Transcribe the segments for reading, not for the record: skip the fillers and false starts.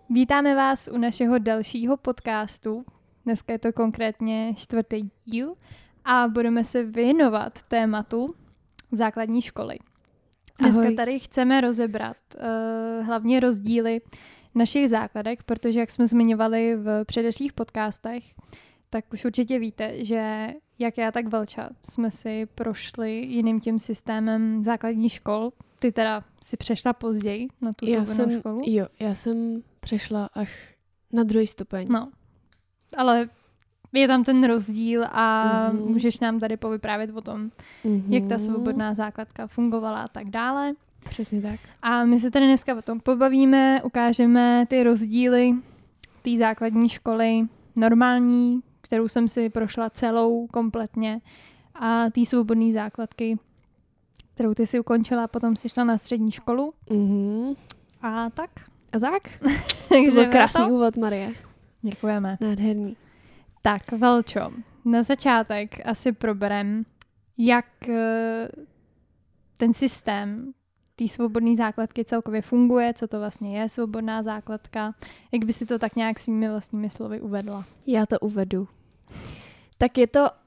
Vítáme vás u našeho dalšího podcastu. Dneska je to konkrétně 4. díl a budeme se věnovat tématu základní školy. Dneska Ahoj. tady chceme rozebrat hlavně rozdíly našich základek, protože jak jsme zmiňovali v předešlých podcastech, tak už určitě víte, že jak já, tak Velča jsme si prošli jiným tím systémem základních škol. Ty teda si přešla později na tu svobodnou školu. Jo, já jsem přešla až na 2. stupeň. No, ale je tam ten rozdíl a můžeš nám tady povyprávět o tom, jak ta svobodná základka fungovala a tak dále. Přesně tak. A my se tady dneska o tom pobavíme, ukážeme ty rozdíly té základní školy normální, kterou jsem si prošla celou kompletně, a té svobodné základky, kterou ty si ukončila a potom si šla na střední školu. A tak. A tak? Takže to byl krásný úvod, Marie. Děkujeme. Nádherný. Tak, Velčo, na začátek asi proberem, jak ten systém té svobodné základky celkově funguje, co to vlastně je svobodná základka, jak by si to tak nějak svými vlastními slovy uvedla. Já to uvedu. Tak je to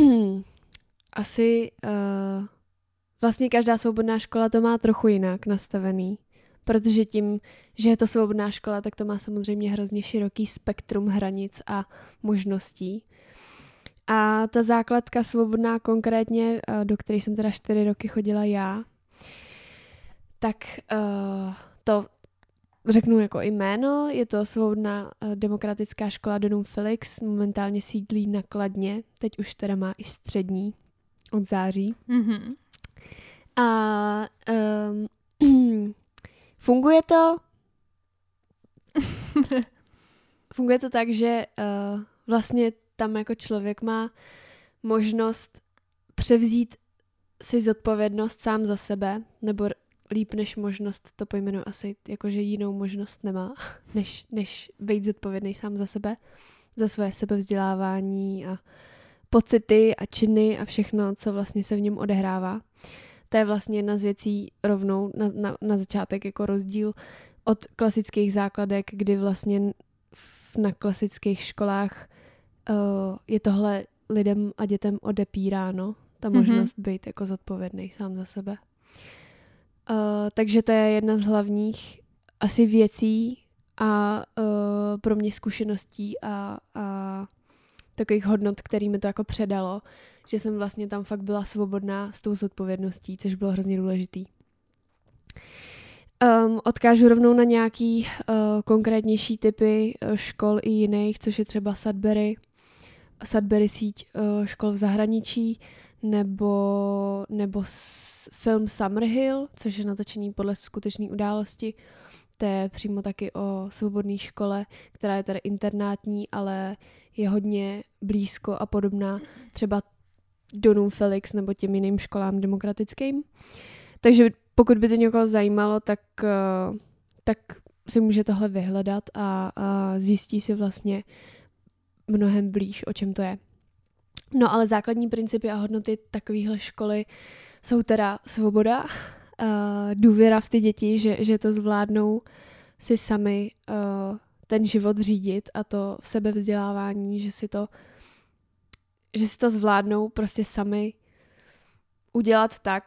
asi vlastně každá svobodná škola to má trochu jinak nastavený. Protože tím, že je to svobodná škola, tak to má samozřejmě hrozně široký spektrum hranic a možností. A ta základka svobodná konkrétně, do které jsem teda 4 roky chodila já, tak to řeknu jako jméno, je to svobodná demokratická škola Donum Felix, momentálně sídlí na Kladně, teď už teda má i střední od září. Mm-hmm. A funguje to tak, že vlastně tam jako člověk má možnost převzít si zodpovědnost sám za sebe, nebo líp než možnost, to pojmenuji asi, jakože jinou možnost nemá, než být zodpovědný sám za sebe, za své sebevzdělávání a pocity a činy a všechno, co vlastně se v něm odehrává. To je vlastně jedna z věcí rovnou na začátek jako rozdíl od klasických základek, kdy vlastně na klasických školách je tohle lidem a dětem odepíráno, ta možnost být jako zodpovědný sám za sebe. Takže to je jedna z hlavních asi věcí a pro mě zkušeností a takových hodnot, který mi to jako předalo, že jsem vlastně tam fakt byla svobodná s tou zodpovědností, což bylo hrozně důležitý. Odkážu rovnou na nějaký konkrétnější typy škol i jiných, což je třeba Sudbury síť škol v zahraničí, nebo film Summerhill, což je natočený podle skutečné události. To je přímo taky o svobodné škole, která je tady internátní, ale je hodně blízko a podobná třeba Donum Felix nebo těm jiným školám demokratickým. Takže pokud by to někoho zajímalo, tak si může tohle vyhledat a zjistí si vlastně mnohem blíž, o čem to je. No ale základní principy a hodnoty takovéhle školy jsou teda svoboda, důvěra v ty děti, že to zvládnou si sami ten život řídit, a to v sebevzdělávání, že si to zvládnou prostě sami udělat tak,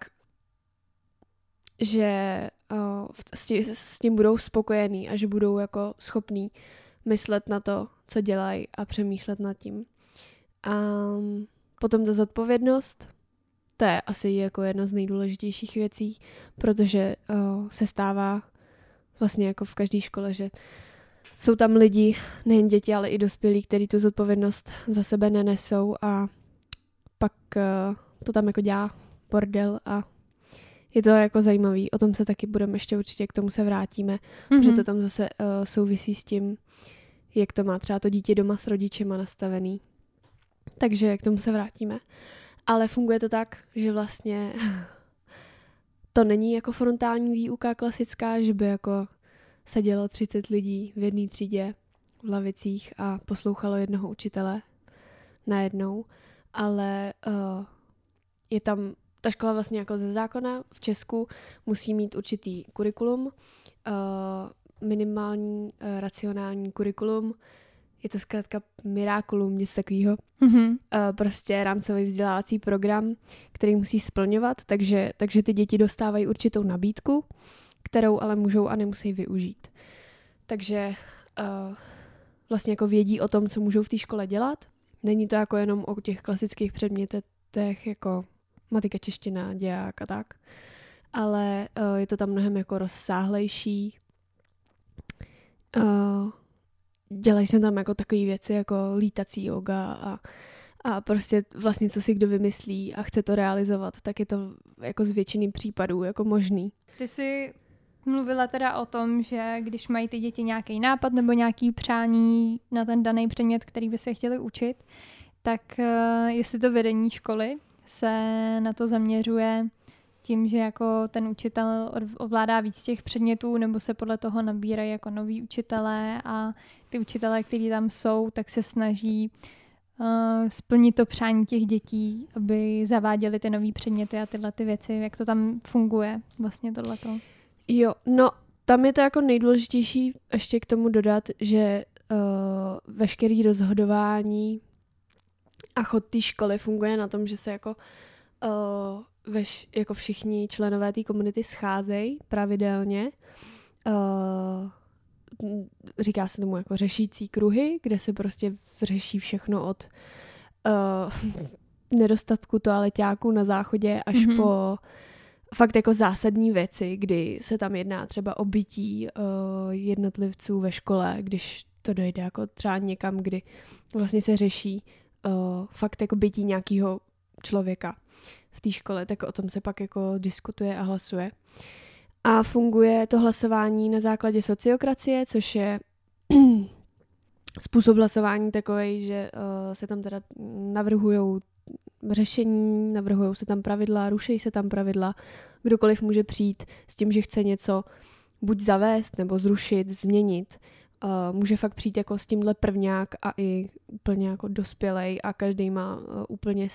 že s tím budou spokojení a že budou jako schopní myslet na to, co dělají, a přemýšlet nad tím. A potom ta zodpovědnost, to je asi jako jedna z nejdůležitějších věcí, protože se stává vlastně jako v každé škole, že jsou tam lidi, nejen děti, ale i dospělí, kteří tu zodpovědnost za sebe nenesou, a pak to tam jako dělá bordel a je to jako zajímavý. O tom se taky budeme ještě určitě, k tomu se vrátíme, protože to tam zase souvisí s tím, jak to má třeba to dítě doma s rodičema nastavený. Takže k tomu se vrátíme. Ale funguje to tak, že vlastně to není jako frontální výuka klasická, že by jako sedělo 30 lidí v jedné třídě v lavicích a poslouchalo jednoho učitele najednou, ale je tam ta škola vlastně jako ze zákona v Česku musí mít určitý kurikulum, minimální racionální kurikulum. Je to zkrátka Miraculum, něco takového. Prostě rámcový vzdělávací program, který musí splňovat, takže ty děti dostávají určitou nabídku, kterou ale můžou a nemusí využít. Takže vlastně jako vědí o tom, co můžou v té škole dělat. Není to jako jenom o těch klasických předmětech, jako matika, čeština, děják a tak. Ale je to tam mnohem jako rozsáhlejší. Dělají se tam jako takové věci jako lítací yoga a prostě vlastně co si kdo vymyslí a chce to realizovat, tak je to jako z většiny případů jako možný. Ty jsi mluvila teda o tom, že když mají ty děti nějaký nápad nebo nějaký přání na ten daný předmět, který by se chtěli učit, tak jestli to vedení školy se na to zaměřuje tím, že jako ten učitel ovládá víc těch předmětů, nebo se podle toho nabírají jako noví učitelé a ty učitelé, kteří tam jsou, tak se snaží splnit to přání těch dětí, aby zaváděli ty nový předměty a tyhle ty věci, jak to tam funguje vlastně tohleto. Jo, no tam je to jako nejdůležitější ještě k tomu dodat, že veškerý rozhodování a chod té školy funguje na tom, že se jako jako všichni členové té komunity scházejí pravidelně. Říká se tomu jako řešící kruhy, kde se prostě řeší všechno od nedostatku toaleťáků na záchodě až po fakt jako zásadní věci, kdy se tam jedná třeba o bytí jednotlivců ve škole, když to dojde jako třeba někam, kdy vlastně se řeší fakt jako bytí nějakého člověka v té škole, tak o tom se pak jako diskutuje a hlasuje. A funguje to hlasování na základě sociokracie, což je způsob hlasování takovej, že se tam teda navrhujou řešení, navrhujou se tam pravidla, ruší se tam pravidla. Kdokoliv může přijít s tím, že chce něco buď zavést, nebo zrušit, změnit. Může fakt přijít jako s tímhle prvňák a i úplně jako dospělej a každý má úplně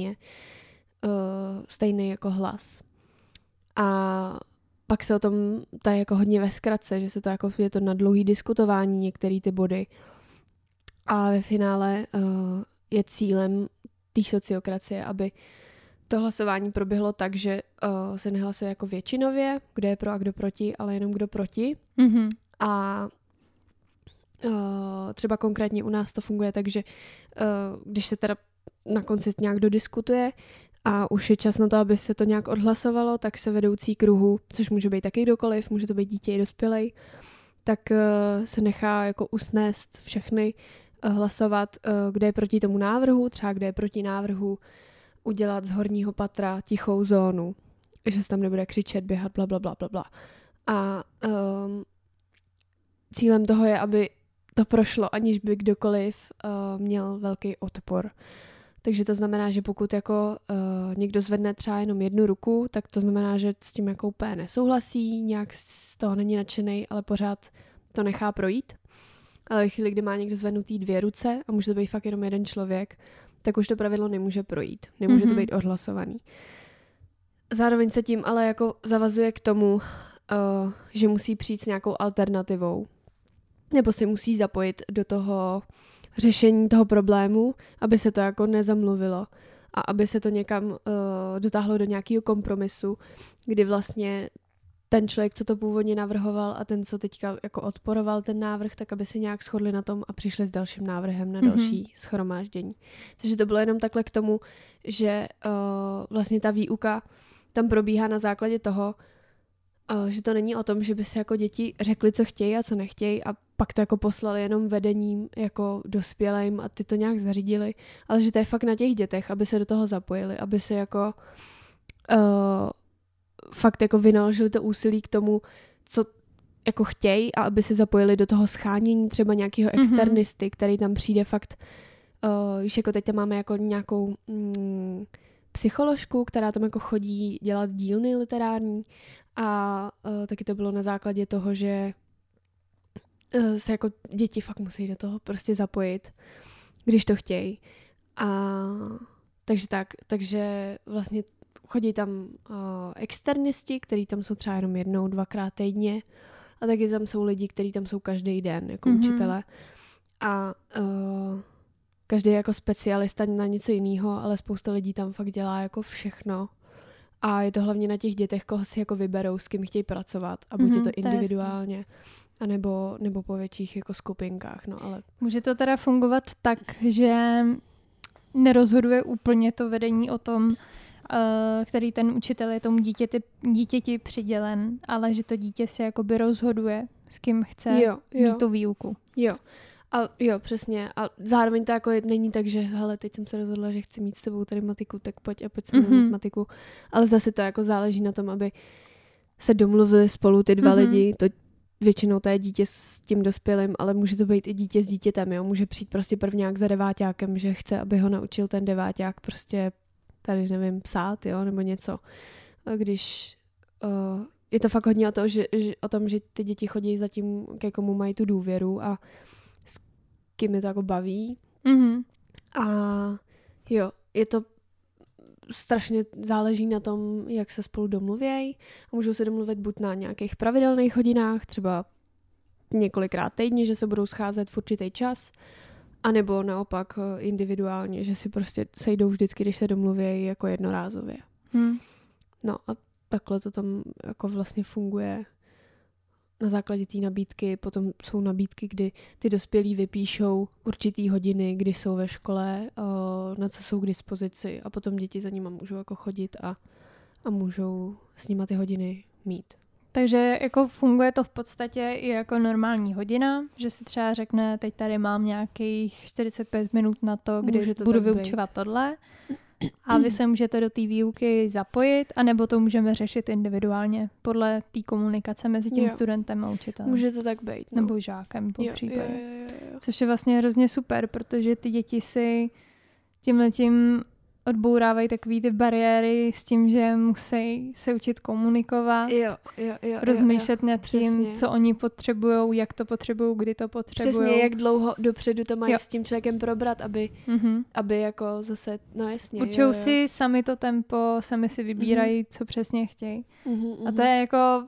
stejný jako hlas. A pak se o tom tady jako hodně ve zkratce, že se to jako je to na dlouhý diskutování některé ty body. A ve finále je cílem té sociokracie, aby to hlasování proběhlo tak, že se nehlasuje jako většinově, kdo je pro a kdo proti, ale jenom kdo proti. A třeba konkrétně u nás to funguje tak, že když se teda na konci nějak dodiskutuje a už je čas na to, aby se to nějak odhlasovalo, tak se vedoucí kruhu, což může být taky kdokoliv, může to být dítě i dospělej, tak se nechá jako usnést všechny hlasovat, kde je proti tomu návrhu, třeba kde je proti návrhu udělat z horního patra tichou zónu, že se tam nebude křičet, běhat, blablabla. A cílem toho je, aby to prošlo, aniž by kdokoliv měl velký odpor. Takže to znamená, že pokud jako někdo zvedne třeba jenom jednu ruku, tak to znamená, že s tím jako úplně nesouhlasí, nějak z toho není nadšenej, ale pořád to nechá projít. Ale ve chvíli, kdy má někdo zvednutý 2 ruce a může to být fakt jenom jeden člověk, tak už to pravidlo nemůže projít. Nemůže to být odhlasovaný. Zároveň se tím ale jako zavazuje k tomu, že musí přijít s nějakou alternativou. Nebo si musí zapojit do toho řešení toho problému, aby se to jako nezamluvilo a aby se to někam dotáhlo do nějakého kompromisu, kdy vlastně ten člověk, co to původně navrhoval a ten, co teďka jako odporoval ten návrh, tak aby se nějak shodli na tom a přišli s dalším návrhem na další shromáždění. Takže to bylo jenom takhle k tomu, že vlastně ta výuka tam probíhá na základě toho, že to není o tom, že by se jako děti řekli, co chtějí a co nechtějí a pak to jako poslali jenom vedením jako dospělým a ty to nějak zařídili, ale že to je fakt na těch dětech, aby se do toho zapojili, aby se jako fakt jako vynaložili to úsilí k tomu, co jako chtějí a aby se zapojili do toho schánění třeba nějakého externisty, který tam přijde fakt, víš, jako teď tam máme jako nějakou psycholožku, která tam jako chodí dělat dílny literární a taky to bylo na základě toho, že se jako děti fakt musí do toho prostě zapojit, když to chtějí. A takže vlastně chodí tam externisti, kteří tam jsou třeba jenom 1-2krát týdně a taky tam jsou lidi, kteří tam jsou každý den jako učitele a každý je jako specialista na něco jiného, ale spousta lidí tam fakt dělá jako všechno. A je to hlavně na těch dětech, koho si jako vyberou, s kým chtějí pracovat. A buď je to individuálně, nebo po větších jako skupinkách. No, ale... Může to teda fungovat tak, že nerozhoduje úplně to vedení o tom, který ten učitel je tomu dítěti přidělen, ale že to dítě si jakoby rozhoduje, s kým chce mít tu výuku. Jo. A jo, přesně. A zároveň to jako není tak, že hele, teď jsem se rozhodla, že chci mít s tebou tady matiku, tak pojď se mít matiku. Ale zase to jako záleží na tom, aby se domluvili spolu ty dva lidi. To většinou to je dítě s tím dospělým, ale může to být i dítě s dítětem, jo. Může přijít prostě prvňák za deváťákem, že chce, aby ho naučil ten deváťák prostě tady, nevím, psát, jo, nebo něco. A když je to fakt hodně o tom, že ty děti chodí za tím, ke komu mají tu důvěru a s kým je to jako baví. A jo, je to strašně záleží na tom, jak se spolu domluvějí. A můžou se domluvit buď na nějakých pravidelných hodinách, třeba několikrát týdně, že se budou scházet v určitý čas, anebo naopak individuálně, že si prostě sejdou vždycky, když se domluvějí jako jednorázově. No a takhle to tam jako vlastně funguje na základě té nabídky. Potom jsou nabídky, kdy ty dospělí vypíšou určitý hodiny, kdy jsou ve škole, na co jsou k dispozici a potom děti za nima můžou jako chodit a můžou s nima ty hodiny mít. Takže jako funguje to v podstatě i jako normální hodina, že si třeba řekne, teď tady mám nějakých 45 minut na to, kdy budu vyučovat tohle a vy se můžete do té výuky zapojit, anebo to můžeme řešit individuálně podle té komunikace mezi tím studentem a učitelem. Může to tak být. No. Nebo žákem po případě. Což je vlastně hrozně super, protože ty děti si tímhletím odbourávají takový ty bariéry s tím, že musí se učit komunikovat, rozmýšlet nad tím, co oni potřebujou, jak to potřebují, kdy to potřebují. Přesně, jak dlouho dopředu to mají s tím člověkem probrat, aby jako zase, no jasně. Učou si sami to tempo, sami si vybírají, co přesně chtějí. A to je jako...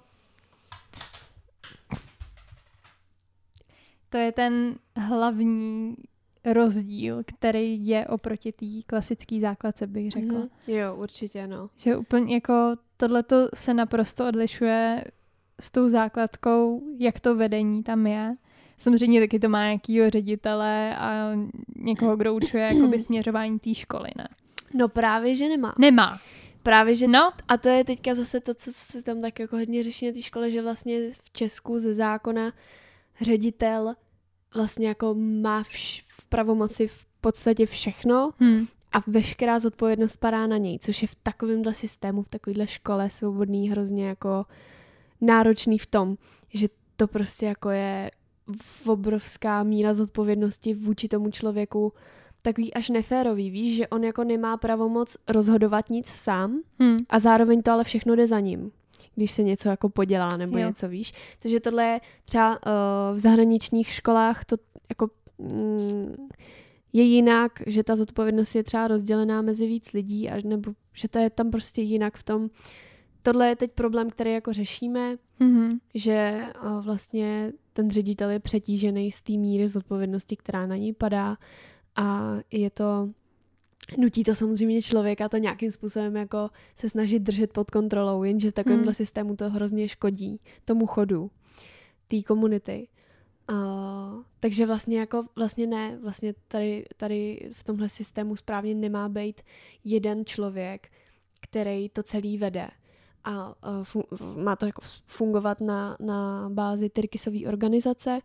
To je ten hlavní rozdíl, který je oproti té klasické základce, bych řekla. Jo, určitě, no. Že úplně jako tohleto se naprosto odlišuje s tou základkou, jak to vedení tam je. Samozřejmě taky to má nějakýho ředitele a někoho, kdo učuje jakoby směřování té školy, ne? No právě, že nemá. Nemá. Právě, že no. A to je teďka zase to, co se tam tak jako hodně řeší na té škole, že vlastně v Česku ze zákona ředitel vlastně jako má v pravomoci v podstatě všechno a veškerá zodpovědnost padá na něj, což je v takovémhle systému, v takovéhle škole svobodný hrozně jako náročný v tom, že to prostě jako je obrovská míra zodpovědnosti vůči tomu člověku, takový až neférový, víš, že on jako nemá pravomoc rozhodovat nic sám a zároveň to ale všechno jde za ním, když se něco jako podělá nebo něco, víš. Takže tohle je třeba v zahraničních školách to jako je jinak, že ta zodpovědnost je třeba rozdělená mezi víc lidí, nebo že to je tam prostě jinak v tom. Tohle je teď problém, který jako řešíme, že vlastně ten ředitel je přetížený z té míry zodpovědnosti, která na něj padá a je to, nutí to samozřejmě člověka to nějakým způsobem jako se snažit držet pod kontrolou, jenže v takovémhle systému to hrozně škodí tomu chodu té komunity. Takže vlastně ne, vlastně tady v tomhle systému správně nemá být jeden člověk, který to celý vede. A má to jako fungovat na bázi Tyrkisové organizace,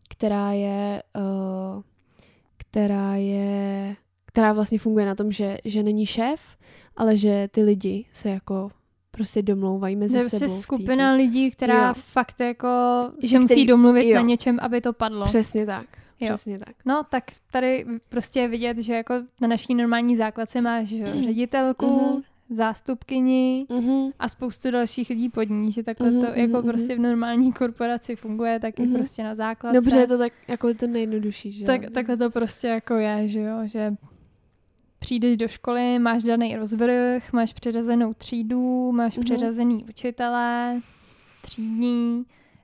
která vlastně funguje na tom, že není šéf, ale že ty lidi se jako prostě domlouvají mezi sebou. To je skupina lidí, která fakt jako se musí domluvit na něčem, aby to padlo. Přesně tak. Přesně tak. No, tak tady prostě je vidět, že jako na naší normální základce máš ředitelku, zástupkyni a spoustu dalších lidí pod ní, že takhle to jako prostě v normální korporaci funguje, tak i prostě na základce. Dobře, je to tak jako to nejjednodušší, že jo? Takhle to prostě jako je, že jo, že přijdeš do školy, máš daný rozvrh, máš přeřazenou třídu, máš přeřazený učitele, třídní,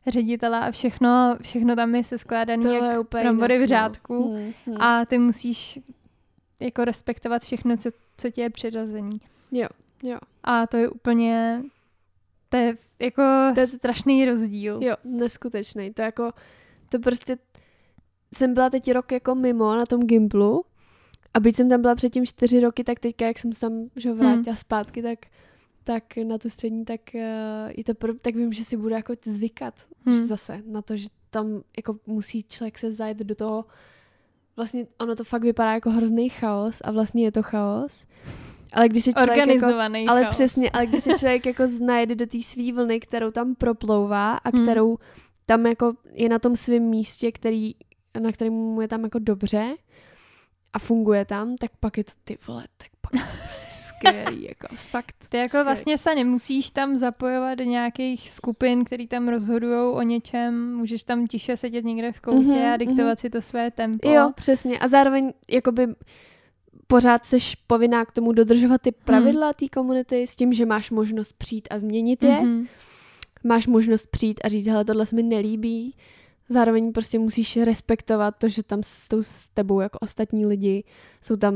ředitele a všechno tam je seskládaný jak brambory v řádku a ty musíš jako respektovat všechno, co ti je přirozený. Jo. A to je úplně, to je strašný rozdíl. Jo, neskutečný. To prostě, jsem byla teď rok jako mimo na tom Gimplu a byť jsem tam byla předtím 4 roky, tak teďka, jak jsem se tam vrátila zpátky, tak na tu střední, tak tak vím, že si budu jako zvykat zase na to, že tam jako musí člověk se zajet do toho. Vlastně ono to fakt vypadá jako hrozný chaos a vlastně je to chaos. Ale když si člověk organizovaný jako, ale přesně, ale když si člověk jako najde do té svý vlny, kterou tam proplouvá a kterou tam jako je na tom svém místě, na kterém mu je tam jako dobře a funguje tam, tak pak je to ty vole, tak pak je to skvělý, jako fakt. Ty jako skvělý. Vlastně se nemusíš tam zapojovat do nějakých skupin, který tam rozhodujou o něčem, můžeš tam tiše sedět někde v koutě a diktovat si to své tempo. Jo, přesně. A zároveň jakoby pořád seš povinná k tomu dodržovat ty pravidla té komunity s tím, že máš možnost přijít a změnit je. Máš možnost přijít a říct, hele, tohle se mi nelíbí. Zároveň prostě musíš respektovat to, že tam jsou s tebou jako ostatní lidi. Jsou tam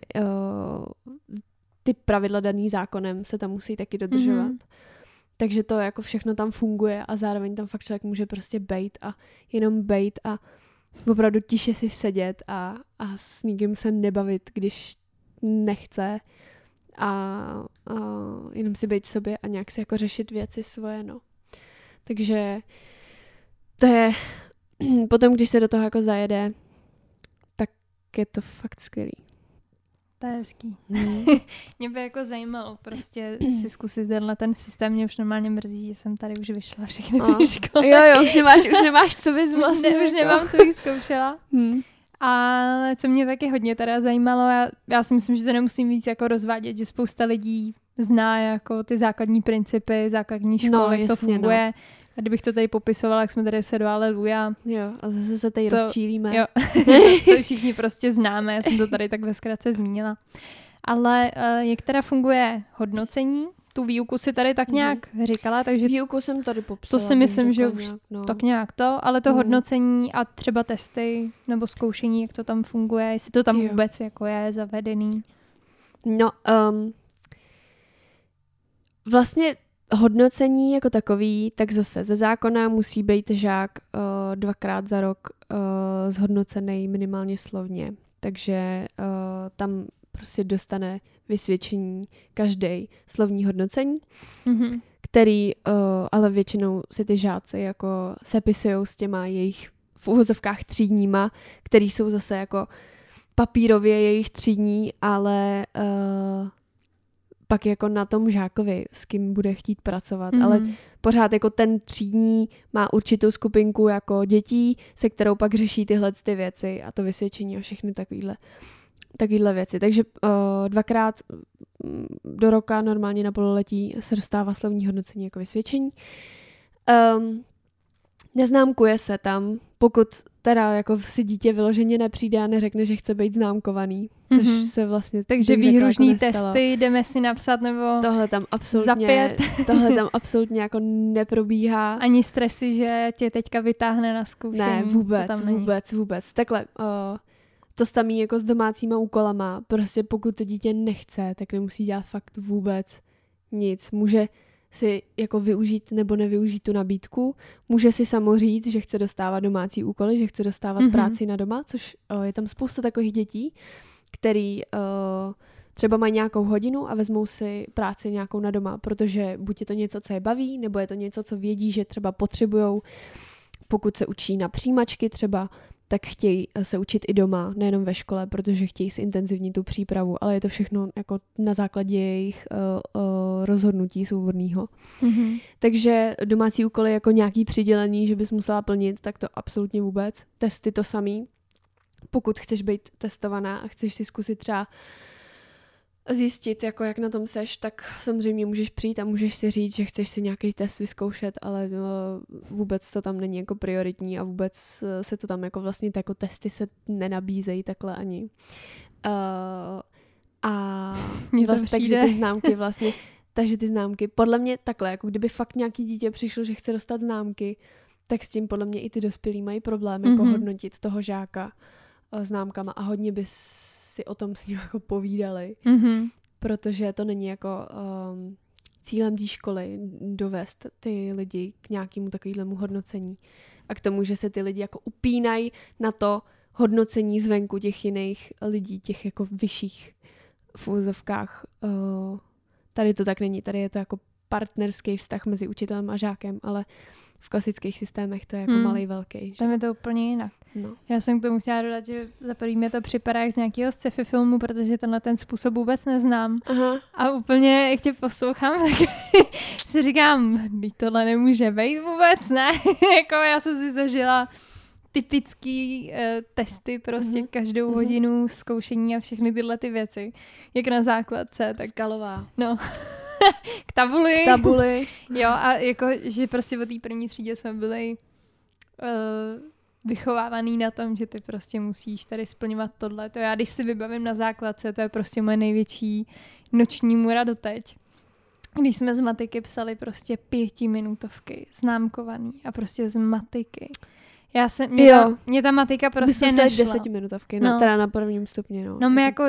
ty pravidla daný zákonem se tam musí taky dodržovat. Takže to jako všechno tam funguje a zároveň tam fakt člověk může prostě bejt a jenom bejt a opravdu tiše si sedět a s nikým se nebavit, když nechce a jenom si bejt sobě a nějak si jako řešit věci svoje, no. Takže to je potom, když se do toho jako zajede, tak je to fakt skvělý. To je hezký. Mě by jako zajímalo prostě si zkusit ten systém. Mě už normálně mrzí, že jsem tady už vyšla všechny ty školy. Jo, už nemáš co bys vlastně. Už nemám, co bych zkoušela. Ale co mě taky hodně teda zajímalo, já si myslím, že to nemusím víc jako rozvádět, že spousta lidí zná jako ty základní principy, základní školy, jak to funguje. No. A kdybych to tady popisovala, jak jsme tady se do Aleluja. Jo, a zase se tady rozčílíme. Jo, to všichni prostě známe, já jsem to tady tak ve zkratce zmínila. Ale jak teda funguje hodnocení? Tu výuku si tady tak nějak říkala, takže... Výuku jsem tady popsala. To si myslím, že už tak nějak to, ale to hodnocení a třeba testy nebo zkoušení, jak to tam funguje, jestli to tam vůbec jako je zavedený. No, vlastně hodnocení jako takový, tak zase ze zákona musí být žák 2krát za rok zhodnocený minimálně slovně. Takže tam prostě dostane vysvědčení každý slovní hodnocení, který ale většinou si ty žáci jako sepisujou s těma jejich v uvozovkách třídníma, který jsou zase jako papírově jejich třídní, ale pak jako na tom žákovi, s kým bude chtít pracovat. Ale pořád jako ten třídní má určitou skupinku jako dětí, se kterou pak řeší tyhle ty věci a to vysvědčení a všechny takovýhle věci. Takže 2krát do roka normálně na pololetí se dostává slovní hodnocení jako vysvědčení. Neznámkuje se tam, pokud teda jako si dítě vyloženě nepřijde a neřekne, že chce být známkovaný, což se vlastně takže výhružný jako testy jdeme si napsat nebo tohle tam absolutně jako neprobíhá. Ani stresy, že tě teďka vytáhne na zkoušení. Ne, vůbec. Takhle, to samé jako s domácíma úkolama. Prostě pokud to dítě nechce, tak nemusí dělat fakt vůbec nic. Může si jako využít nebo nevyužít tu nabídku. Může si samo říct, že chce dostávat domácí úkoly, že chce dostávat práci na doma, což je tam spousta takových dětí, který třeba mají nějakou hodinu a vezmou si práci nějakou na doma, protože buď je to něco, co je baví, nebo je to něco, co vědí, že třeba potřebujou, pokud se učí na přijímačky třeba, tak chtějí se učit i doma, nejenom ve škole, protože chtějí si intenzivnit tu přípravu, ale je to všechno jako na základě jejich rozhodnutí svobodného. Takže domácí úkoly jako nějaký přidělení, že bys musela plnit, tak to absolutně vůbec. Testy to samý. Pokud chceš být testovaná a chceš si zkusit třeba zjistit, jako jak na tom seš, tak samozřejmě můžeš přijít a můžeš si říct, že chceš si nějaký test vyzkoušet, ale vůbec to tam není jako prioritní a vůbec se to tam jako vlastně jako testy se nenabízejí takhle ani. A vlastně, takže ty známky, podle mě takhle, jako kdyby fakt nějaký dítě přišlo, že chce dostat známky, tak s tím podle mě i ty dospělí mají problém, jako hodnotit toho žáka známkama a hodně by si o tom s ním jako povídali, protože to není jako cílem té školy dovést ty lidi k nějakému takovému hodnocení a k tomu, že se ty lidi jako upínají na to hodnocení zvenku těch jiných lidí, těch jako vyšších v úzovkách. Tady to tak není, tady je to jako partnerský vztah mezi učitelem a žákem, ale v klasických systémech to je jako malej velký. Že? Tam je to úplně jinak. No. Já jsem k tomu chtěla dodat, že za prvý mě to připadá jak z nějakého sci-fi filmu, protože tenhle ten způsob vůbec neznám. Aha. A úplně, jak tě poslouchám, tak si říkám, tohle nemůže být vůbec, ne? Jako já jsem si zažila typický testy prostě každou hodinu, zkoušení a všechny tyhle ty věci. Jak na základce, tak... Skalová. No. K tabuli. Jo, a jako, že prostě od té první třídě jsme byli vychovávaný na tom, že ty prostě musíš tady splňovat tohle. To já, když si vybavím na základce, to je prostě moje největší noční můra doteď. Když jsme z matiky psali prostě 5minutovky, známkovaný a prostě z matiky. Mě ta matika prostě nešla. 10minutovky, teda na prvním stupni. No my jako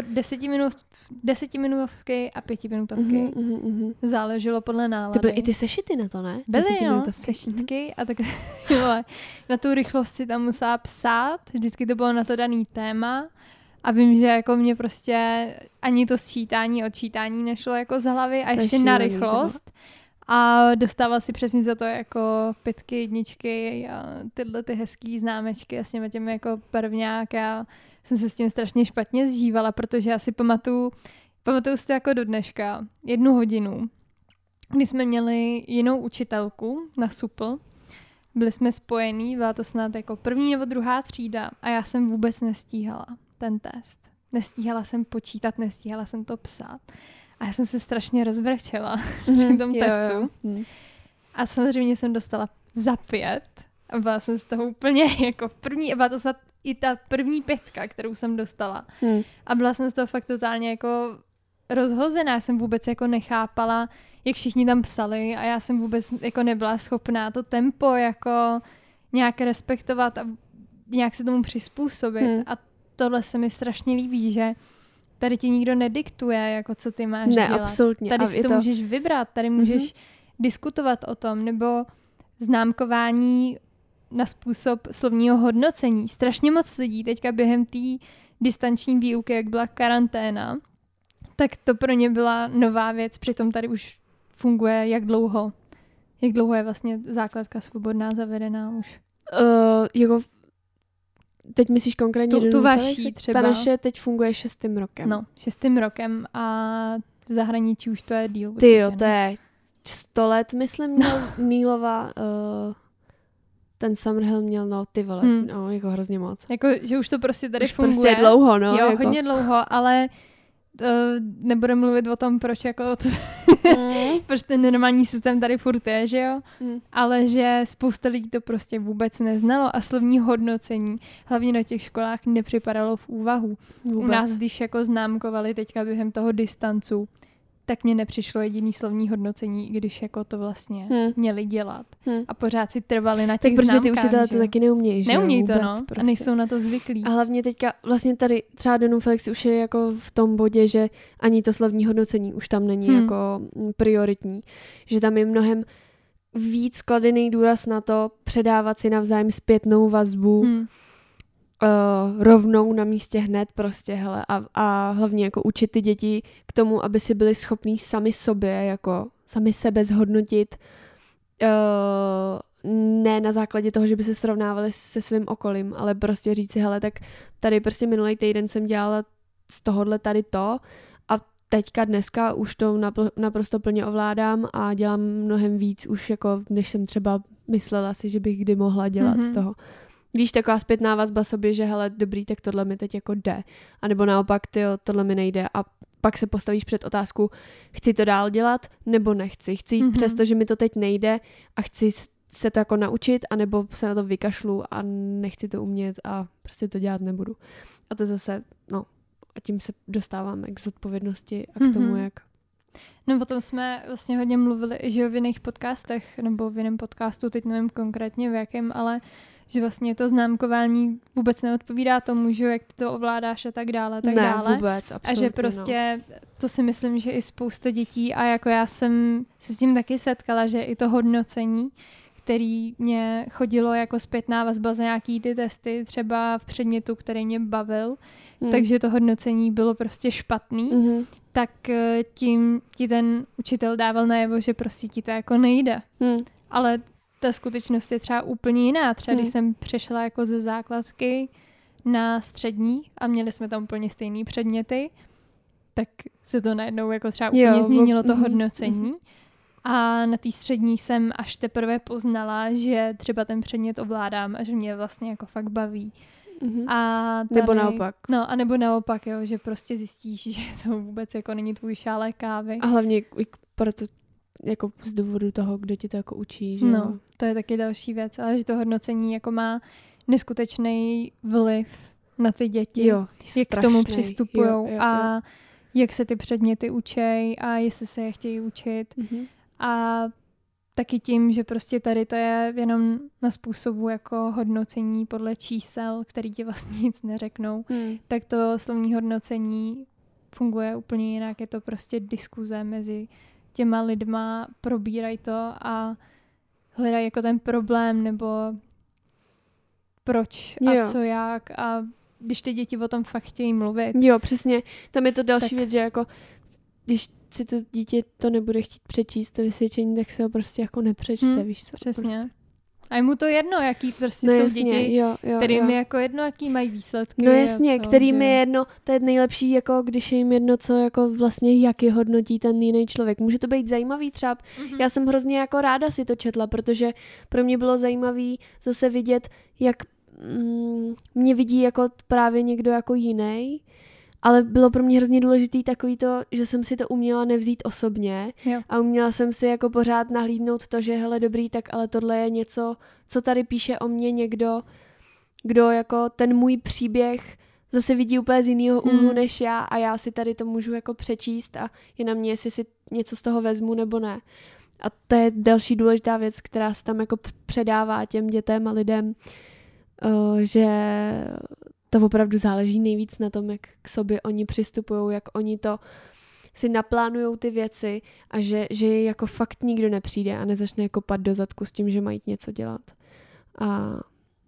10minutovky a 5minutovky. Záleželo podle nálady. To byly i ty sešity na to, ne? Byly, sešitky a tak na tu rychlost si tam musela psát. Vždycky to bylo na to daný téma. A vím, že jako mě prostě ani to sčítání, odčítání nešlo jako z hlavy a ještě na rychlost. A dostával si přesně za to jako 5, 1 a tyhle ty hezký známečky a s těmi jako prvňák. Já jsem se s tím strašně špatně zžívala, protože já si pamatuju si to jako do dneška 1 hodinu, kdy jsme měli jinou učitelku na SUPL. Byli jsme spojení, byla to snad jako 1. nebo 2. třída a já jsem vůbec nestíhala ten test. Nestíhala jsem počítat, nestíhala jsem to psát. A já jsem se strašně rozbrečela při tom testu. A samozřejmě jsem dostala za 5. A byla jsem z toho úplně jako první, a byla to snad i ta první 5, kterou jsem dostala. A byla jsem z toho fakt totálně jako rozhozená. Já jsem vůbec jako nechápala, jak všichni tam psali a já jsem vůbec jako nebyla schopná to tempo jako nějak respektovat a nějak se tomu přizpůsobit. A tohle se mi strašně líbí, že tady ti nikdo nediktuje, jako co ty máš dělat. Absolutně. Tady si to můžeš vybrat, tady můžeš diskutovat o tom, nebo známkování na způsob slovního hodnocení. Strašně moc lidí teďka během té distanční výuky, jak byla karanténa, tak to pro ně byla nová věc, přitom tady už funguje jak dlouho. Jak dlouho je vlastně základka svobodná zavedená už? Jako teď myslíš konkrétně tu vaší třeba. Ta naše teď funguje 6. rokem. No, 6. rokem a v zahraničí už to je díl. Ty jo, to je 100 let, myslím, měl Nílova, ten Summerhill měl, ty vole, jako hrozně moc. Jako, že už to prostě tady už funguje. Prostě dlouho, Jo, jako. hodně dlouho, ale nebudeme mluvit o tom, proč jako proč ten normální systém tady furt je, že jo? Ale že spousta lidí to prostě vůbec neznalo a slovní hodnocení hlavně na těch školách nepřipadalo v úvahu. Vůbec. U nás, když jako známkovali teďka během toho distancu, tak mně nepřišlo jediný slovní hodnocení, když jako to vlastně měli dělat. A pořád si trvali na těch tak známkách. Tak protože ty učitelé to taky neumějí, že Neumějí vůbec, to, no. Prostě. A nejsou na to zvyklí. A hlavně teďka vlastně tady třeba Donu Felix už je jako v tom bodě, že ani to slovní hodnocení už tam není jako prioritní. Že tam je mnohem víc kladený důraz na to předávat si navzájem zpětnou vazbu rovnou na místě hned prostě, hele, a hlavně jako učit ty děti k tomu, aby si byli schopní sami sebe zhodnotit, ne na základě toho, že by se srovnávali se svým okolím, ale prostě říct si, hele, tak tady prostě minulý týden jsem dělala z tohohle tady to a teďka dneska už to naprosto plně ovládám a dělám mnohem víc už jako, než jsem třeba myslela si, že bych kdy mohla dělat z toho. Víš, taková zpětná vazba sobě, že hele, dobrý, tak tohle mi teď jako jde. A nebo naopak, tyjo, tohle mi nejde. A pak se postavíš před otázku, chci to dál dělat, nebo nechci. Chci jít přesto, že mi to teď nejde a chci se to jako naučit, anebo se na to vykašlu a nechci to umět a prostě to dělat nebudu. A to zase, a tím se dostáváme k zodpovědnosti a k tomu, jak No potom jsme vlastně hodně mluvili, že v jiných podcastech, nebo v jiném podcastu, teď nevím konkrétně v jakém, ale že vlastně to známkování vůbec neodpovídá tomu, že jak ty to ovládáš a tak dále, tak dále. Ne, vůbec, absolutně. A že prostě to si myslím, že i spousta dětí a jako já jsem se s tím taky setkala, že i to hodnocení, který mě chodilo jako zpětná vazba za nějaký ty testy, třeba v předmětu, který mě bavil, takže to hodnocení bylo prostě špatný, tak tím ti ten učitel dával najevo, že prostě ti to jako nejde. Ale ta skutečnost je třeba úplně jiná. Třeba když jsem přešla jako ze základky na střední a měli jsme tam úplně stejný předměty, tak se to najednou jako třeba úplně změnilo to hodnocení. A na té střední jsem až teprve poznala, že třeba ten předmět ovládám a že mě vlastně jako fakt baví. A tady, nebo naopak. No a nebo naopak, jo, že prostě zjistíš, že to vůbec jako není tvůj šálek kávy. A hlavně proto jako z důvodu toho, kdo ti to jako učí, že no, to je taky další věc, ale že to hodnocení jako má neskutečný vliv na ty děti, jo, jak k tomu přistupujou a jak se ty předměty učej a jestli se je chtějí učit. A taky tím, že prostě tady to je jenom na způsobu jako hodnocení podle čísel, který ti vlastně nic neřeknou, tak to slovní hodnocení funguje úplně jinak. Je to prostě diskuze mezi těma lidma, probírají to a hledají jako ten problém nebo proč a co jak a když ty děti o tom fakt chtějí mluvit. Jo, přesně. Tam je to další věc, že jako když si to dítě to nebude chtít přečíst, to vysvědčení, tak se ho prostě jako nepřečte, víš co? Přesně. Prostě. A je mu to jedno, jaký prostě jsou děti, kterým je jako jedno, jaký mají výsledky. No jasně, kterým je jedno, to je nejlepší, jako když je jim jedno, co jako vlastně jaký hodnotí ten jiný člověk. Může to být zajímavý třeba. Já jsem hrozně jako ráda si to četla, protože pro mě bylo zajímavý zase vidět, jak mě vidí jako právě někdo jako jiný. Ale bylo pro mě hrozně důležitý takový to, že jsem si to uměla nevzít osobně a uměla jsem si jako pořád nahlídnout to, že hele dobrý, tak ale tohle je něco, co tady píše o mně někdo, kdo jako ten můj příběh zase vidí úplně z jiného úhlu než já a já si tady to můžu jako přečíst a je na mě, jestli si něco z toho vezmu nebo ne. A to je další důležitá věc, která se tam jako předává těm dětem a lidem, že to opravdu záleží nejvíc na tom, jak k sobě oni přistupují, jak oni to si naplánujou ty věci a že jako fakt nikdo nepřijde a nezačne kopat do zadku s tím, že mají něco dělat. A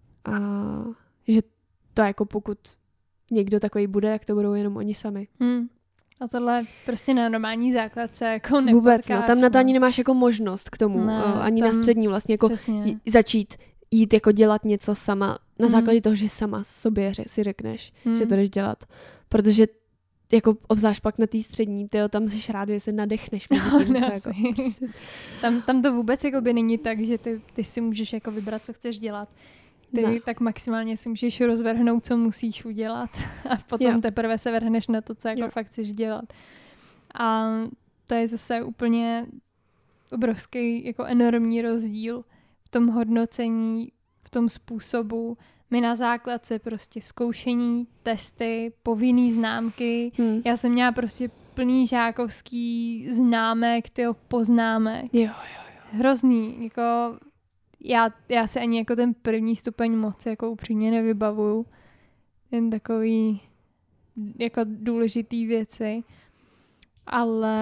že to jako pokud někdo takový bude, tak to budou jenom oni sami. A tohle prostě na normální základce jako nepotkáš. Vůbec, no, tam na to ani nemáš jako možnost k tomu, ani na střední vlastně jako začít jít jako dělat něco sama na základě toho, že sama sobě si řekneš, že to jdeš dělat. Protože jako obzvlášť pak na té střední, tam jsi rád, že se nadechneš. Jako, tam to vůbec jako by není tak, že ty si můžeš jako vybrat, co chceš dělat. Ty tak maximálně si můžeš rozvrhnout, co musíš udělat a potom teprve se vrhneš na to, co jako fakt chceš dělat. A to je zase úplně obrovský jako enormní rozdíl v tom hodnocení, v tom způsobu. My na základce prostě zkoušení, testy, povinný známky. Já jsem měla prostě plný žákovský známek, poznámek. Jo. Hrozný, jako já si ani jako ten první stupeň moc jako upřímně nevybavuju. Jen takový jako důležitý věci. Ale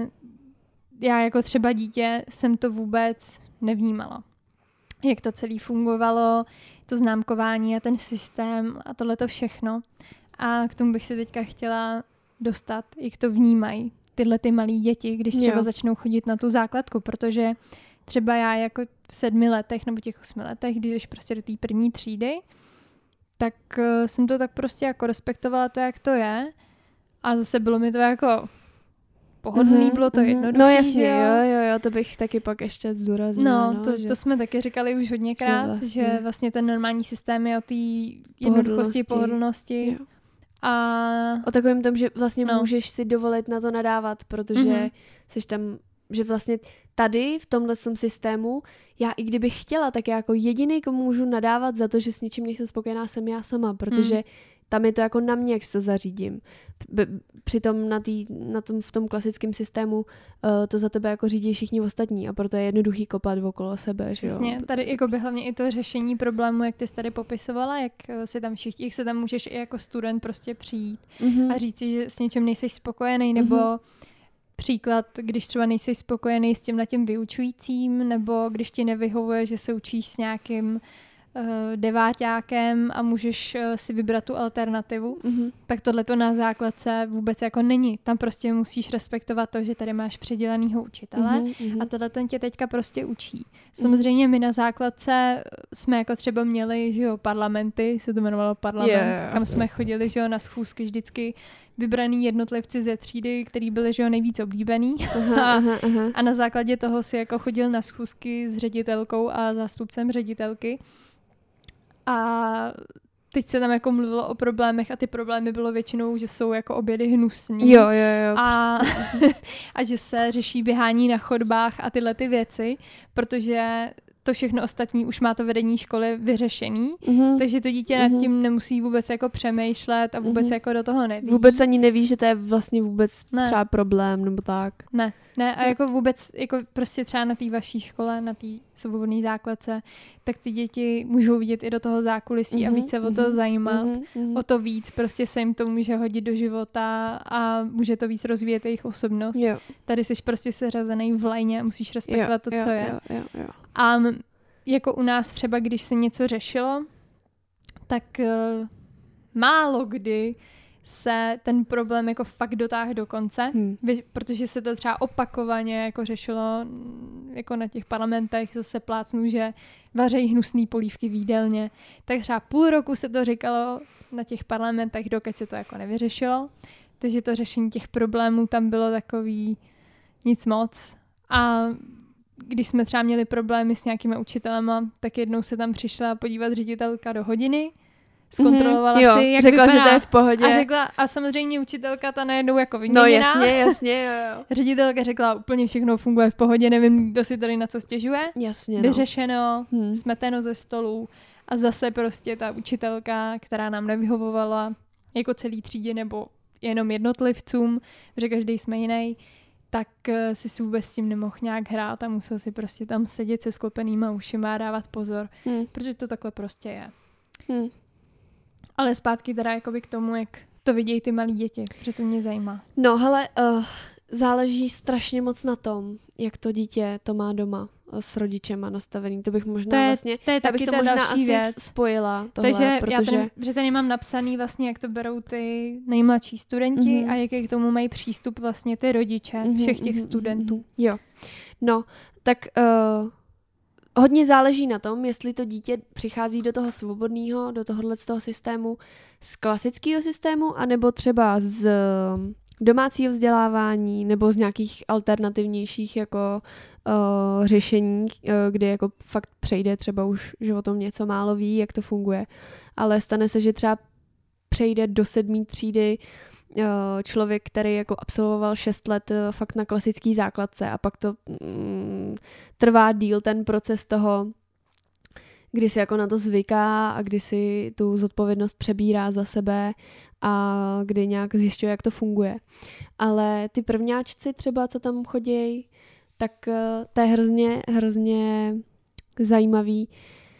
já jako třeba dítě jsem to vůbec nevnímala. Jak to celé fungovalo, to známkování a ten systém a tohleto všechno. A k tomu bych se teďka chtěla dostat, jak to vnímají tyhle ty malí děti, když třeba začnou chodit na tu základku, protože třeba já jako v 7 letech nebo těch 8 letech, když prostě do té první třídy, tak jsem to tak prostě jako respektovala to, jak to je. A zase bylo mi to jako pohodlný, bylo to jednoduché. No jasně, jo, to bych taky pak ještě zdůraznila. No, to jsme taky říkali už hodněkrát, že vlastně ten normální systém je o té jednoduchosti, pohodlnosti. Jo. A o takovém tom, že vlastně můžeš si dovolit na to nadávat, protože jsi tam, že vlastně tady v tomhle systému, já i kdybych chtěla, tak já jako jediný, komu můžu nadávat za to, že s ničím nejsem spokojená, jsem já sama, protože tam je to jako na mě, jak si to zařídím. Přitom v tom klasickém systému to za tebe jako řídí všichni ostatní a proto je jednoduchý kopat okolo sebe. Že jo? Jasně, tady jako by hlavně i to řešení problému, jak ty jsi tady popisovala, jak se tam můžeš i jako student prostě přijít a říct si, že s něčím nejseš spokojený, nebo příklad, když třeba nejsi spokojený s tímhletím vyučujícím, nebo když ti nevyhovuje, že se učíš s nějakým deváťákem a můžeš si vybrat tu alternativu, tak tohleto na základce vůbec jako není. Tam prostě musíš respektovat to, že tady máš přidělenýho učitele a tohle ten tě teďka prostě učí. Samozřejmě my na základce jsme jako třeba měli, že jo, parlamenty, se to jmenovalo parlament, kam jsme chodili, že jo, na schůzky vždycky vybraný jednotlivci ze třídy, který byli, že jo, nejvíc oblíbený. A na základě toho si jako chodil na schůzky s ředitelkou a zástupcem ředitelky. A teď se tam jako mluvilo o problémech a ty problémy bylo většinou, že jsou jako obědy hnusný. Jo. A že se řeší běhání na chodbách a tyhle ty věci, protože to všechno ostatní už má to vedení školy vyřešený, takže to dítě nad tím nemusí vůbec jako přemýšlet a vůbec jako do toho neví. Vůbec ani neví, že to je vlastně vůbec třeba problém nebo tak. Ne, a jako vůbec, jako prostě třeba na té vaší škole, na té svobodné základce, tak ty děti můžou vidět i do toho zákulisí a víc se o to zajímat. O to víc prostě se jim to může hodit do života a může to víc rozvíjet jejich osobnost. Jo. Tady jsi prostě seřazený v lajně a musíš respektovat to, co je. Jo. A jako u nás třeba, když se něco řešilo, tak málo kdy se ten problém jako fakt dotáhl do konce, protože se to třeba opakovaně jako řešilo jako na těch parlamentech, zase plácnu, že vařejí hnusný polívky v jídelně. Tak třeba půl roku se to říkalo na těch parlamentech, dokud se to jako nevyřešilo. Takže to řešení těch problémů tam bylo takový nic moc. A když jsme třeba měli problémy s nějakými učitelema, tak jednou se tam přišla podívat ředitelka do hodiny, zkontrolovala si, jak řekla, vypadá. Že to je v pohodě. A samozřejmě učitelka ta najednou jako vyměněná. No jasně, jo. Ředitelka řekla, úplně všechno funguje v pohodě, nevím, kdo si tady na co stěžuje. Jasně, vyřešeno, smeteno ze stolů a zase prostě ta učitelka, která nám nevyhovovala jako celý třídě nebo jenom jednotlivcům, že každý jsme jiný, tak si vůbec s tím nemohl nějak hrát a musel si prostě tam sedět se sklopenýma ušima a dávat pozor, protože to takhle prostě je. Ale zpátky teda jakoby k tomu, jak to vidějí ty malí děti, protože to mě zajímá. No hele, záleží strašně moc na tom, jak to dítě to má doma s rodičema nastavený. To bych možná to je taky to ta možná další asi věc. Spojila tohle, takže protože... že tady mám napsaný vlastně, jak to berou ty nejmladší studenti a jak k tomu mají přístup vlastně ty rodiče všech těch studentů. Jo. No, tak hodně záleží na tom, jestli to dítě přichází do toho svobodného, do tohohle z toho systému, z klasického systému, anebo třeba z domácího vzdělávání, nebo z nějakých alternativnějších jako řešení, kdy jako fakt přejde třeba už, že o tom něco málo ví, jak to funguje. Ale stane se, že třeba přejde do 7. třídy člověk, který jako absolvoval 6 let fakt na klasický základce a pak to trvá díl ten proces toho, kdy si jako na to zvyká a kdy si tu zodpovědnost přebírá za sebe a kdy nějak zjišťuje, jak to funguje. Ale ty prvňáčci třeba, co tam chodí, tak to je hrozně zajímavý.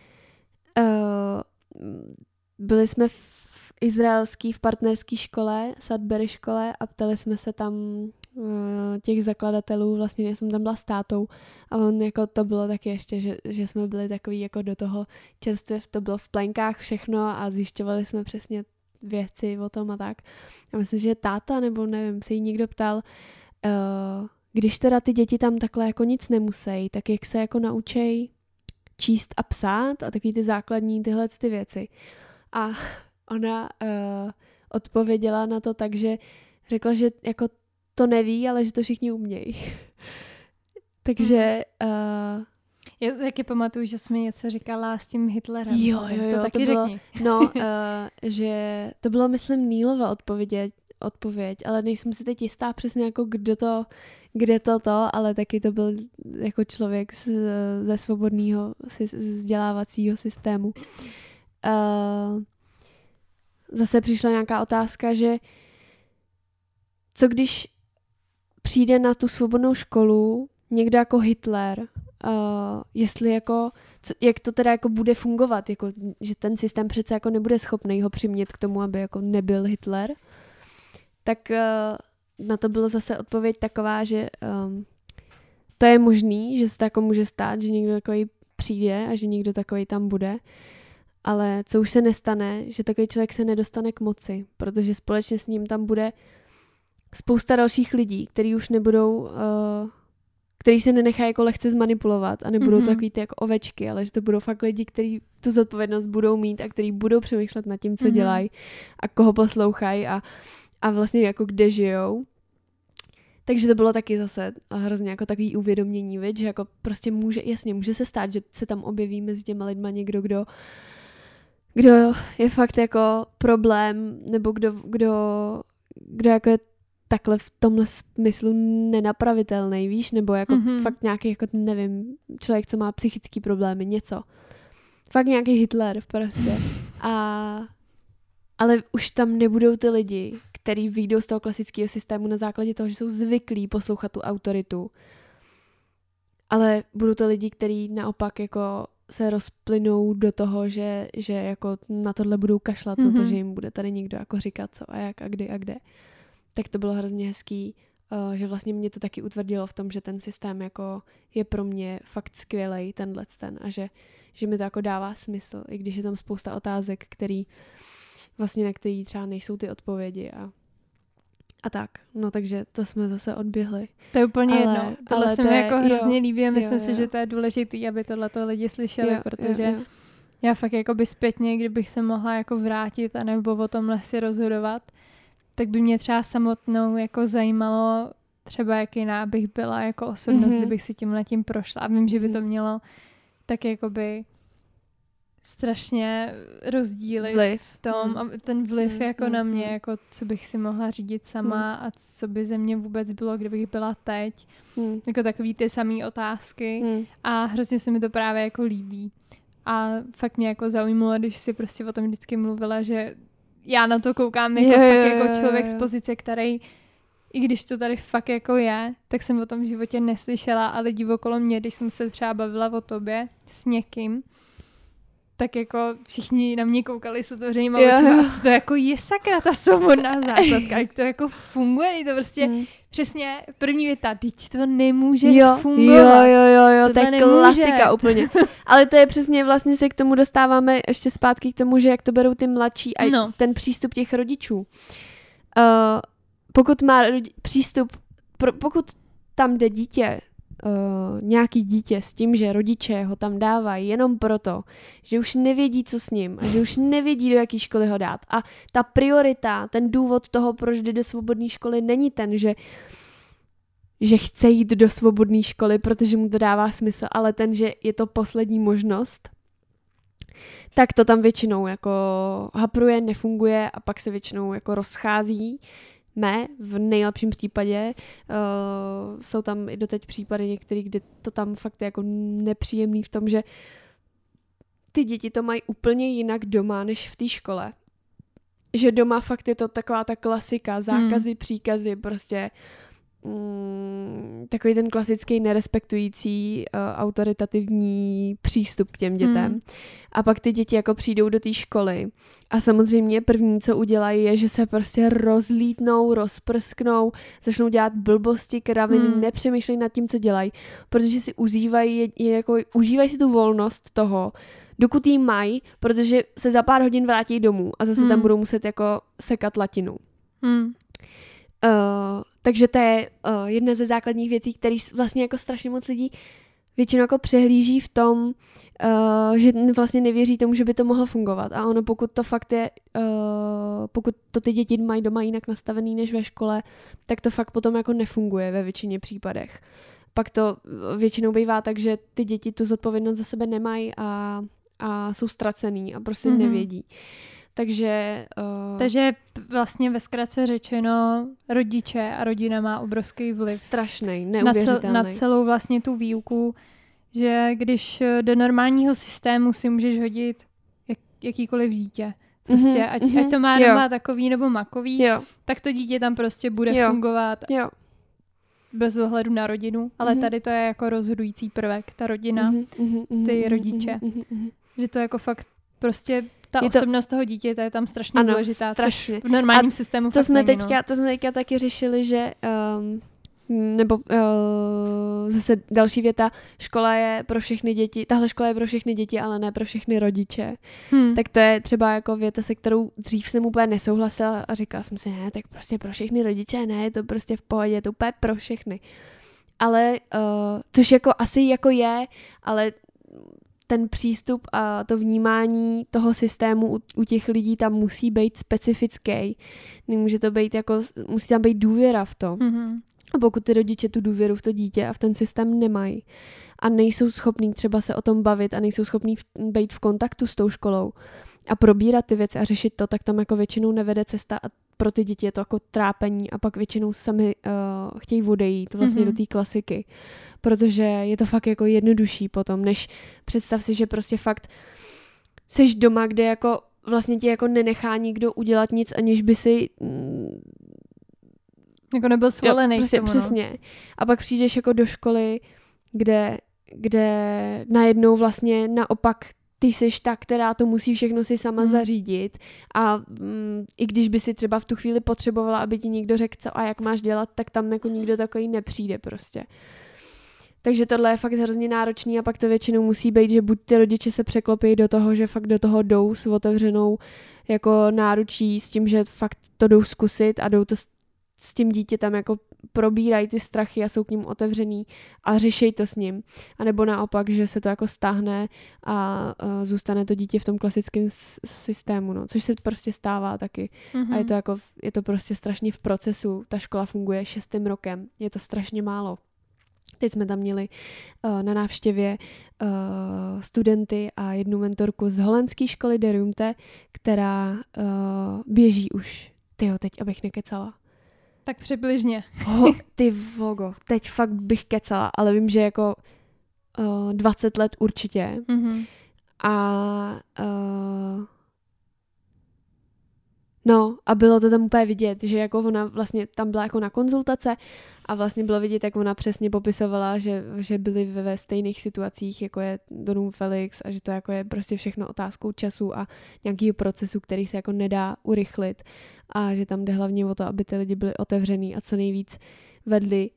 Byli jsme v izraelský v partnerské škole, Sudbury škole a ptali jsme se tam těch zakladatelů, vlastně jsem tam byla s tátou a on jako to bylo taky ještě, že jsme byli takový jako do toho čerstvě, to bylo v plenkách všechno a zjišťovali jsme přesně věci o tom a tak. A myslím, že táta, nebo nevím, se jí někdo ptal, když teda ty děti tam takhle jako nic nemusí, tak jak se jako naučej číst a psát a takový ty základní tyhle ty věci. A ona odpověděla na to tak, že řekla, že jako to neví, ale že to všichni umějí. Takže... Já taky pamatuju, že jsi mi něco říkala s tím Hitlerem. Jo, to taky bylo, řekni. No, že to bylo, myslím, Neilova odpověď, ale nejsem si teď jistá přesně jako kde to, ale taky to byl jako člověk ze svobodného vzdělávacího systému. zase přišla nějaká otázka, že co když přijde na tu svobodnou školu někdo jako Hitler, jestli jako, jak to teda jako bude fungovat, jako, že ten systém přece jako nebude schopný ho přimět k tomu, aby jako nebyl Hitler, tak na to bylo zase odpověď taková, že to je možný, že se to jako může stát, že někdo takový přijde a že někdo takový tam bude, ale co už se nestane, že takový člověk se nedostane k moci, protože společně s ním tam bude spousta dalších lidí, kteří už nebudou, který se nenechají jako lehce zmanipulovat a nebudou to takový ty jako ovečky, ale že to budou fakt lidi, kteří tu zodpovědnost budou mít a kteří budou přemýšlet nad tím, co dělají a koho poslouchají a vlastně jako kde žijou. Takže to bylo taky zase hrozně jako takový uvědomění, že jako prostě může se stát, že se tam objeví mezi těma lidma někdo, kdo je fakt jako problém, nebo kdo jako je takhle v tomhle smyslu nenapravitelný, víš, nebo jako fakt nějaký, jako nevím, člověk, co má psychický problémy, něco. Fakt nějaký Hitler prostě. Ale už tam nebudou ty lidi, který vyjdou z toho klasického systému na základě toho, že jsou zvyklí poslouchat tu autoritu. Ale budou to lidi, kteří naopak jako se rozplynou do toho, že jako na tohle budou kašlat, na to, že jim bude tady někdo jako říkat co a jak a kdy a kde. Tak to bylo hrozně hezký, že vlastně mě to taky utvrdilo v tom, že ten systém jako je pro mě fakt skvělej, ten a že mi to jako dává smysl, i když je tam spousta otázek, na který třeba nejsou ty odpovědi a tak. No takže to jsme zase odběhli. To je úplně jedno. Tohle se mi jako hrozně líbí a myslím si, že to je důležitý, aby tohleto lidi slyšeli, protože já fakt jako by zpětně, kdybych se mohla jako vrátit a nebo o tomhle si rozhodovat, tak by mě třeba samotnou jako zajímalo třeba, jak jiná bych byla jako osobnost, kdybych si tímhletím prošla. A vím, že by to mělo tak jakoby strašně rozdíly vliv. V tom, a ten vliv jako na mě, jako co bych si mohla řídit sama a co by ze mě vůbec bylo, kdybych byla teď. Jako takový ty samý otázky a hrozně se mi to právě jako líbí. A fakt mě jako zaujmulo, když si prostě o tom vždycky mluvila, že já na to koukám jako fakt jako člověk z pozice, který, i když to tady fakt jako je, tak jsem o tom v životě neslyšela a lidi okolo mě, když jsem se třeba bavila o tobě s někým, tak jako všichni na mě koukali s otevřenýma očima a co to jako je sakra ta svobodná základka, jak to jako funguje, to prostě přesně první věta, teď to nemůže fungovat. Jo, to je klasika úplně. Ale to je přesně, vlastně se k tomu dostáváme ještě zpátky k tomu, že jak to berou ty mladší a ten přístup těch rodičů. Pokud má přístup, pokud tam jde dítě, nějaký dítě s tím, že rodiče ho tam dávají jenom proto, že už nevědí, co s ním a že už nevědí, do jaké školy ho dát. A ta priorita, ten důvod toho, proč jde do svobodné školy, není ten, že chce jít do svobodné školy, protože mu to dává smysl, ale ten, že je to poslední možnost, tak to tam většinou jako hapruje, nefunguje a pak se většinou jako rozchází. V nejlepším případě jsou tam i doteď případy některý, kdy to tam fakt je jako nepříjemný v tom, že ty děti to mají úplně jinak doma, než v té škole. Že doma fakt je to taková ta klasika, zákazy, příkazy, prostě takový ten klasický nerespektující autoritativní přístup k těm dětem. A pak ty děti jako přijdou do té školy a samozřejmě první, co udělají, je, že se prostě rozlítnou, rozprsknou, začnou dělat blbosti, kraviny, nepřemýšlejí nad tím, co dělají, protože si užívají si tu volnost toho, dokud jí mají, protože se za pár hodin vrátí domů a zase tam budou muset jako sekat latinu. Takže to je jedna ze základních věcí, které vlastně jako strašně moc lidí většinou jako přehlíží v tom, že vlastně nevěří tomu, že by to mohlo fungovat. A ono, pokud to fakt je, pokud to ty děti mají doma jinak nastavený než ve škole, tak to fakt potom jako nefunguje ve většině případech. Pak to většinou bývá tak, že ty děti tu zodpovědnost za sebe nemají a jsou ztracený a prostě nevědí. Takže vlastně ve zkratce řečeno rodiče a rodina má obrovský vliv. Strašný, neuvěřitelný. Na celou vlastně tu výuku, že když do normálního systému si můžeš hodit jakýkoliv dítě. Prostě ať to má doma takový nebo makový, tak to dítě tam prostě bude fungovat bez ohledu na rodinu, ale tady to je jako rozhodující prvek, ta rodina, ty rodiče. Že to jako fakt prostě ta osobnost toho dítěte je tam strašně důležitá, což v normálním systému to fakt není. To jsme teďka taky řešili, že zase další věta, škola je pro všechny děti, tahle škola je pro všechny děti, ale ne pro všechny rodiče. Tak to je třeba jako věta, se kterou dřív jsem úplně nesouhlasila a říkala jsem si, ne, tak prostě pro všechny rodiče, ne, je to prostě v pohodě, je to úplně pro všechny. Ale, což jako asi jako je, ale ten přístup a to vnímání toho systému u těch lidí tam musí být specifický. Nemůže to být jako, musí tam být důvěra v to. A pokud ty rodiče tu důvěru v to dítě a v ten systém nemají a nejsou schopní třeba se o tom bavit a nejsou schopní být v kontaktu s tou školou a probírat ty věci a řešit to, tak tam jako většinou nevede cesta a pro ty děti je to jako trápení a pak většinou sami chtějí odejít vlastně do té klasiky. Protože je to fakt jako jednodušší potom, než představ si, že prostě fakt seš doma, kde jako vlastně ti jako nenechá nikdo udělat nic, aniž by si jako nebyl svolený. Prostě přesně. A pak přijdeš jako do školy, kde najednou vlastně naopak ty jsi ta, která to musí všechno si sama zařídit a i když by si třeba v tu chvíli potřebovala, aby ti někdo řekl co a jak máš dělat, tak tam jako nikdo takový nepřijde prostě. Takže tohle je fakt hrozně náročný a pak to většinou musí být, že buď ty rodiče se překlopí do toho, že fakt do toho jdou s otevřenou jako náručí s tím, že fakt to jdou zkusit a jdou to s tím dítětem jako probírají ty strachy a jsou k ním otevřený a řešej to s ním. A nebo naopak, že se to jako stáhne a zůstane to dítě v tom klasickém systému, no, což se prostě stává taky. A je to prostě strašně v procesu. Ta škola funguje 6. rokem. Je to strašně málo. Teď jsme tam měli na návštěvě studenty a jednu mentorku z holandské školy De Ruimte, která běží už, teď abych nekecala. Tak přibližně. Ty vogo, teď fakt bych kecala, ale vím, že jako 20 let určitě. A bylo to tam úplně vidět, že jako ona vlastně tam byla jako na konzultace a vlastně bylo vidět, jak ona přesně popisovala, že byli ve stejných situacích, jako je Donum Felix a že to jako je prostě všechno otázkou času a nějakého procesu, který se jako nedá urychlit a že tam jde hlavně o to, aby ty lidi byli otevřený a co nejvíc vedli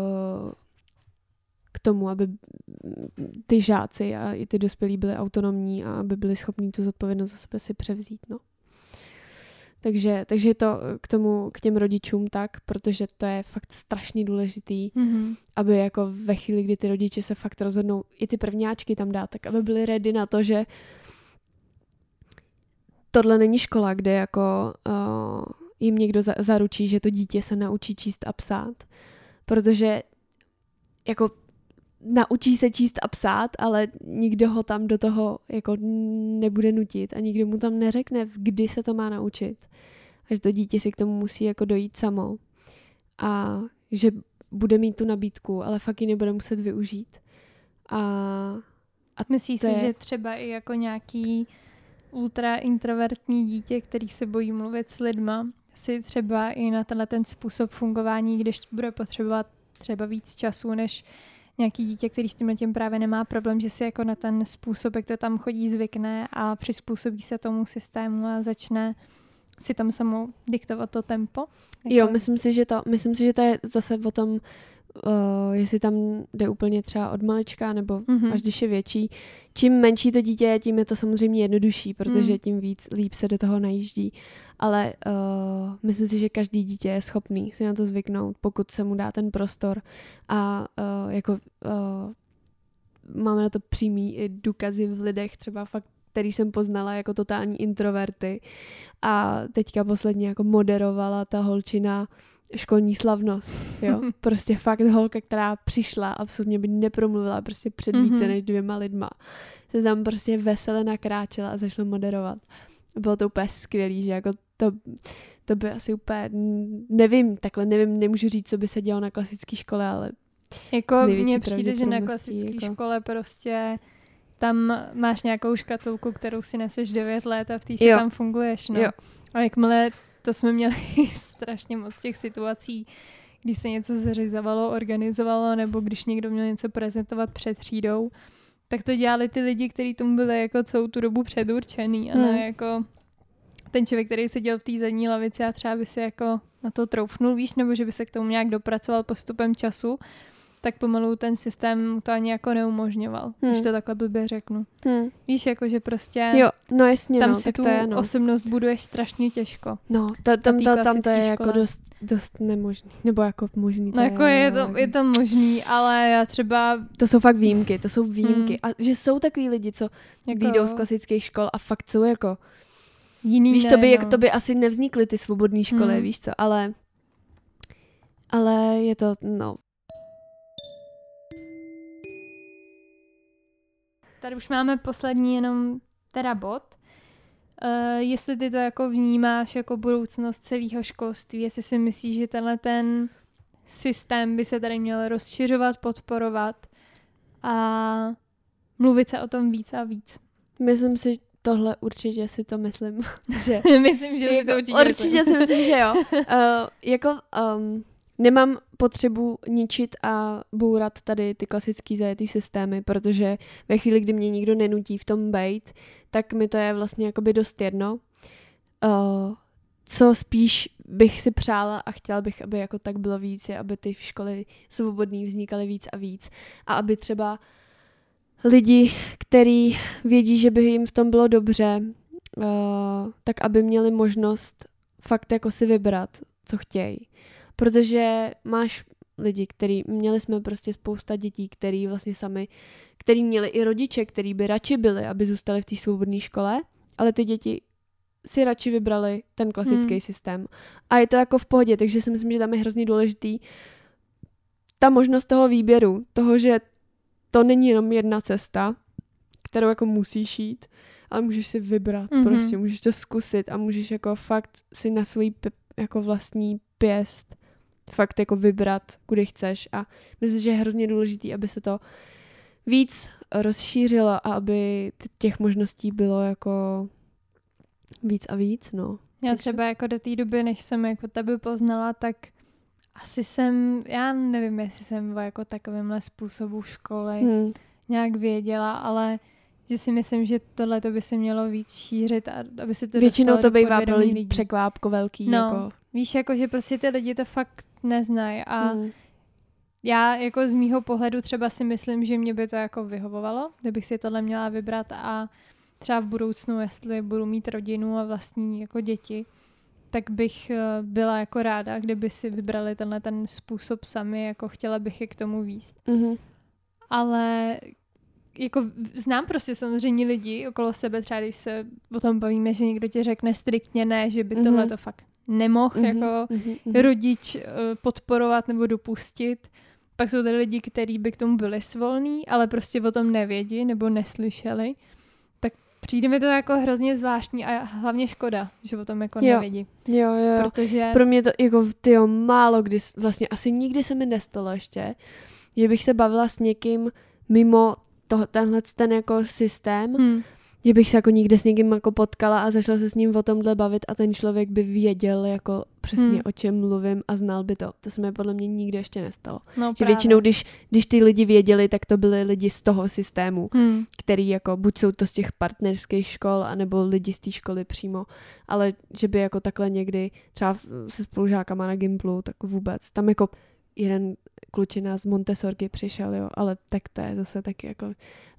k tomu, aby ty žáci a i ty dospělí byli autonomní a aby byli schopní tu zodpovědnost za sebe si převzít, no. Takže je to k těm rodičům tak, protože to je fakt strašně důležitý, aby jako ve chvíli, kdy ty rodiče se fakt rozhodnou i ty prvňáčky tam dát, tak aby byli ready na to, že tohle není škola, kde jako jim někdo zaručí, že to dítě se naučí číst a psát. Protože jako naučí se číst a psát, ale nikdo ho tam do toho jako nebude nutit a nikdo mu tam neřekne, kdy se to má naučit. A že to dítě si k tomu musí jako dojít samo. A že bude mít tu nabídku, ale fakt ji nebude muset využít. A myslíš si, že třeba i jako nějaký ultra introvertní dítě, který se bojí mluvit s lidma, si třeba i na tenhle ten způsob fungování, když bude potřebovat třeba víc času, než nějaký dítě, který s tím právě nemá problém, že si jako na ten způsob, jak to tam chodí, zvykne a přizpůsobí se tomu systému a začne si tam samou diktovat to tempo? Jako... Jo, myslím si, že to je zase o tom, jestli tam jde úplně třeba od malička nebo až když je větší. Čím menší to dítě je, tím je to samozřejmě jednodušší, protože tím líp se do toho najíždí. Ale myslím si, že každý dítě je schopný si na to zvyknout, pokud se mu dá ten prostor. A máme na to přímý i důkazy v lidech, třeba fakt, který jsem poznala jako totální introverty. A teďka posledně jako moderovala ta holčina školní slavnost, jo. Prostě fakt holka, která přišla, absolutně by nepromluvila prostě před více než 2 lidma. Se tam prostě vesele nakráčela a začala moderovat. Bylo to úplně skvělý, že jako to by asi úplně, nevím, nemůžu říct, co by se dělo na klasické škole, ale jako mně přijde, že na klasické škole prostě tam máš nějakou škatulku, kterou si neseš 9 let a v té si tam funguješ. No. Jo. A jakmile to jsme měli strašně moc těch situací, když se něco zřizovalo, organizovalo, nebo když někdo měl něco prezentovat před třídou, tak to dělali ty lidi, kteří tomu byli jako celou tu dobu předurčený. A ne jako ten člověk, který seděl v té zadní lavici a třeba by si jako na to troufnul, víš, nebo že by se k tomu nějak dopracoval postupem času, tak pomalu ten systém to ani jako neumožňoval, když to takhle blbě řeknu. Víš, jako že prostě jo, no jasně, tam no, si tak tu to je, no. osobnost buduješ strašně těžko. No, tam to je jako dost nemožný, nebo jako možný. No jako je to možný, ale já třeba... To jsou fakt výjimky, A že jsou takový lidi, co jako vyjdou z klasických škol a fakt jsou jako jiný, víš, to by asi nevznikly ty svobodné školy, víš co, ale je to, no. Tady už máme poslední jenom teda bod. Jestli ty to jako vnímáš jako budoucnost celého školství, jestli si myslíš, že tenhle ten systém by se tady měl rozšiřovat, podporovat a mluvit se o tom víc a víc. Myslím si, tohle určitě si to myslím. Že myslím, že si to určitě si myslím, že jo. Nemám potřebu ničit a bourat tady ty klasický zajetý systémy, protože ve chvíli, kdy mě nikdo nenutí v tom bejt, tak mi to je vlastně jakoby dost jedno. Co spíš bych si přála a chtěla bych, aby jako tak bylo víc, je, aby ty školy svobodný vznikaly víc a víc. A aby třeba lidi, kteří vědí, že by jim v tom bylo dobře, tak aby měli možnost fakt jako si vybrat, co chtějí. Protože máš lidi, měli jsme prostě spousta dětí, který měli i rodiče, který by radši byli, aby zůstali v té svobodné škole, ale ty děti si radši vybrali ten klasický systém. A je to jako v pohodě, takže si myslím, že tam je hrozně důležitý ta možnost toho výběru, toho, že to není jenom jedna cesta, kterou jako musíš jít, ale můžeš si vybrat, prostě můžeš to zkusit a můžeš jako fakt si na svůj jako vlastní pěst fakt jako vybrat, kudy chceš a myslím, že je hrozně důležitý, aby se to víc rozšířilo a aby těch možností bylo jako víc a víc, no. Já třeba jako do té doby, než jsem jako tebe poznala, tak asi já nevím, jestli jsem o jako takovémhle způsobu školy nějak věděla, ale že si myslím, že tohle to by se mělo víc šířit a aby se to většinou dostalo to bývá do pro lidí lidi překvápko velký. No, jako. Víš, jako že prostě ty lidi to fakt neznají a já jako z mýho pohledu třeba si myslím, že mě by to jako vyhovovalo, kdybych si tohle měla vybrat a třeba v budoucnu, jestli budu mít rodinu a vlastní jako děti, tak bych byla jako ráda, kdyby si vybrali tenhle ten způsob sami, jako chtěla bych je k tomu vést. Ale jako znám prostě samozřejmě lidi okolo sebe, třeba když se o tom bavíme, že někdo ti řekne striktně ne, že by tohle to fakt nemohl jako rodič podporovat nebo dopustit. Pak jsou tady lidi, kteří by k tomu byli svolní, ale prostě o tom nevědí nebo neslyšeli. Tak přijde mi to jako hrozně zvláštní a hlavně škoda, že o tom jako nevědí. Jo. Protože pro mě to jako málo kdy, vlastně asi nikdy se mi nestalo ještě, že bych se bavila s někým mimo tenhle ten jako systém, že bych se jako nikde s někým jako potkala a začala se s ním o tomhle bavit a ten člověk by věděl jako přesně o čem mluvím a znal by to. To se mi podle mě nikdy ještě nestalo. No, že většinou, když ty lidi věděli, tak to byli lidi z toho systému, který jako buď jsou to z těch partnerských škol, anebo lidi z té školy přímo, ale že by jako takhle někdy třeba se spolužákama na Gimplu, tak vůbec. Tam jako jeden klučina z Montessorky přišel, jo, ale tak to je zase taky jako,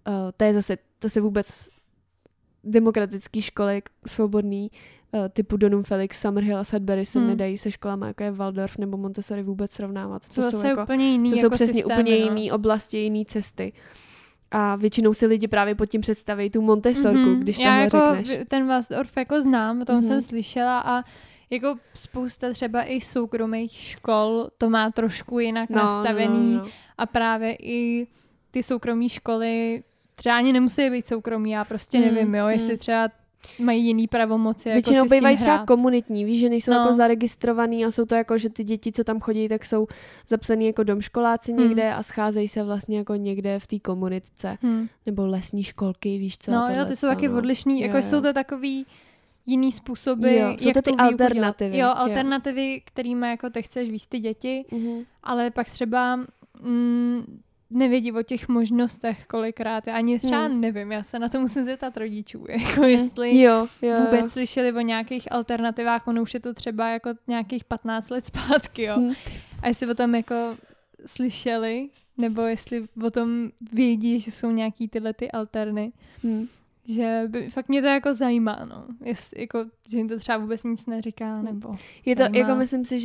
to se vůbec demokratický školy svobodný typu Donum Felix, Summerhill a Sudbury se nedají se školama, jako je Waldorf nebo Montessori vůbec srovnávat. To jsou jako, úplně jiný, to jako jsou přesně systémy, úplně jiný oblasti, jiný cesty. A většinou si lidi právě pod tím představí tu Montessorku, když tohle jako řekneš. Ten Waldorf jako znám, o tom jsem slyšela a jako spousta třeba i soukromých škol to má trošku jinak nastavený a právě i ty soukromé školy třeba ani nemusí být soukromí, já prostě nevím, jo, jestli třeba mají jiný pravomoci. Většinou jako si bývají s tím třeba hrát. komunitní, víš, že nejsou jako zaregistrovaný a jsou to jako, že ty děti, co tam chodí, tak jsou zapsaný jako domškoláci někde a scházejí se vlastně jako někde v té komunitce. Nebo lesní školky, víš co. No jo, ty jsou taky odlišný, jako jsou to takový jiný způsoby, jsou to ty alternativy. Jo, alternativy, kterými jako ty chceš víc ty děti, ale pak třeba nevědí o těch možnostech kolikrát. Já ani třeba nevím, já se na to musím zeptat rodičů, jako jestli vůbec slyšeli o nějakých alternativách, ono už je to třeba jako nějakých 15 let zpátky, jo. A jestli o tom jako slyšeli, nebo jestli o tom vědí, že jsou nějaký tyhle ty alterny. Že fakt mě to jako zajímá, no. Jako, že jim to třeba vůbec nic neříká, nebo je to, jako myslím si,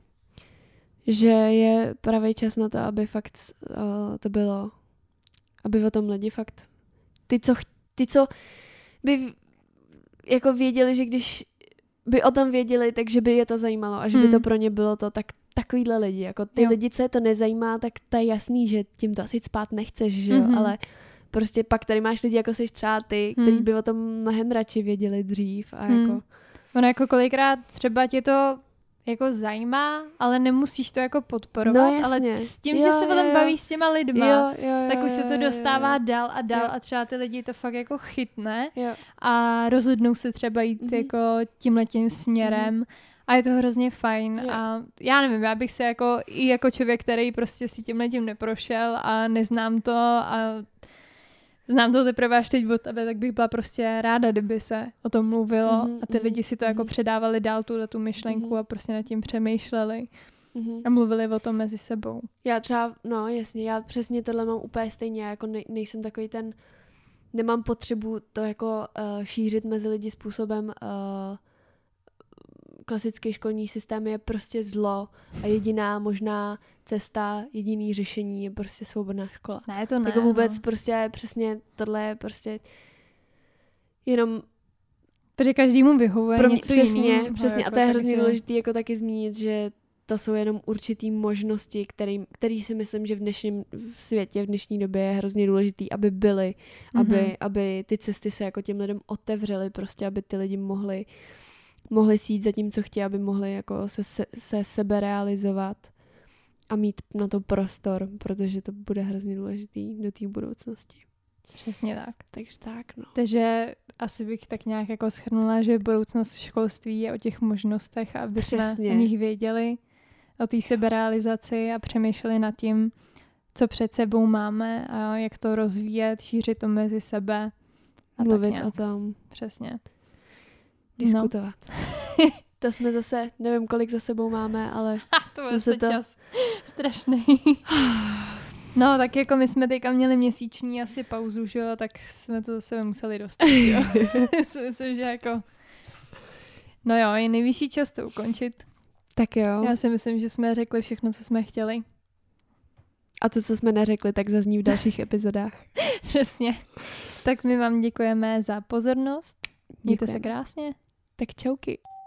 že je pravý čas na to, aby fakt to bylo, aby o tom lidi fakt, ty, co by jako věděli, že když by o tom věděli, takže by je to zajímalo a že by to pro ně bylo to, tak takovýhle lidi, jako ty lidi, co je to nezajímá, tak to je jasný, že tím to asi spát nechceš, že jo, ale prostě pak tady máš lidi, jako seš třeba ty, který by o tom mnohem radši věděli dřív a jako. Ono jako kolikrát třeba tě to jako zajímá, ale nemusíš to jako podporovat, no, ale s tím, že se potom bavíš s těma lidma, tak už se to dostává dál a dál a třeba ty lidi to fakt jako chytne a rozhodnou se třeba jít jako tímhletím směrem a je to hrozně fajn a já nevím, já bych se jako i jako člověk, který prostě si tímhletím neprošel a neznám to a znám to teprve až teď od tebe, tak bych byla prostě ráda, kdyby se o tom mluvilo a ty lidi si to jako předávali dál tu myšlenku a prostě nad tím přemýšleli a mluvili o tom mezi sebou. Já třeba, no jasně, já přesně tohle mám úplně stejně, jako nejsem takový ten, nemám potřebu to jako šířit mezi lidi způsobem klasický školní systém je prostě zlo a jediná možná cesta, jediný řešení je prostě svobodná škola. Ne, to ne. Jako vůbec prostě přesně tohle je prostě jenom protože každému vyhovuje pro mě, něco jiného. Přesně, a to je hrozně důležité jako taky zmínit, že to jsou jenom určitý možnosti, který si myslím, že v dnešním světě, v dnešní době je hrozně důležitý, aby byly, aby ty cesty se jako těm lidem otevřely, prostě aby ty lidi mohli si jít za tím, co chtějí, aby mohli jako se sebe realizovat a mít na to prostor, protože to bude hrozně důležitý do té budoucnosti. Přesně tak. Takže tak, no. Takže asi bych tak nějak jako shrnula, že budoucnost školství je o těch možnostech, aby jsme o nich věděli, o té seberealizaci a přemýšleli nad tím, co před sebou máme a jak to rozvíjet, šířit to mezi sebe. A mluvit o tom. Přesně. Diskutovat. No. To jsme zase, nevím, kolik za sebou máme, ale to byl zase čas strašný. No, tak jako my jsme teďka měli měsíční asi pauzu, že jo, tak jsme to do sebe museli dostat, že jo. Myslím, že jako no jo, je nejvyšší čas to ukončit. Tak jo. Já si myslím, že jsme řekli všechno, co jsme chtěli. A to, co jsme neřekli, tak zazní v dalších epizodách. Přesně. Tak my vám děkujeme za pozornost. Mějte se krásně. Tak čauky.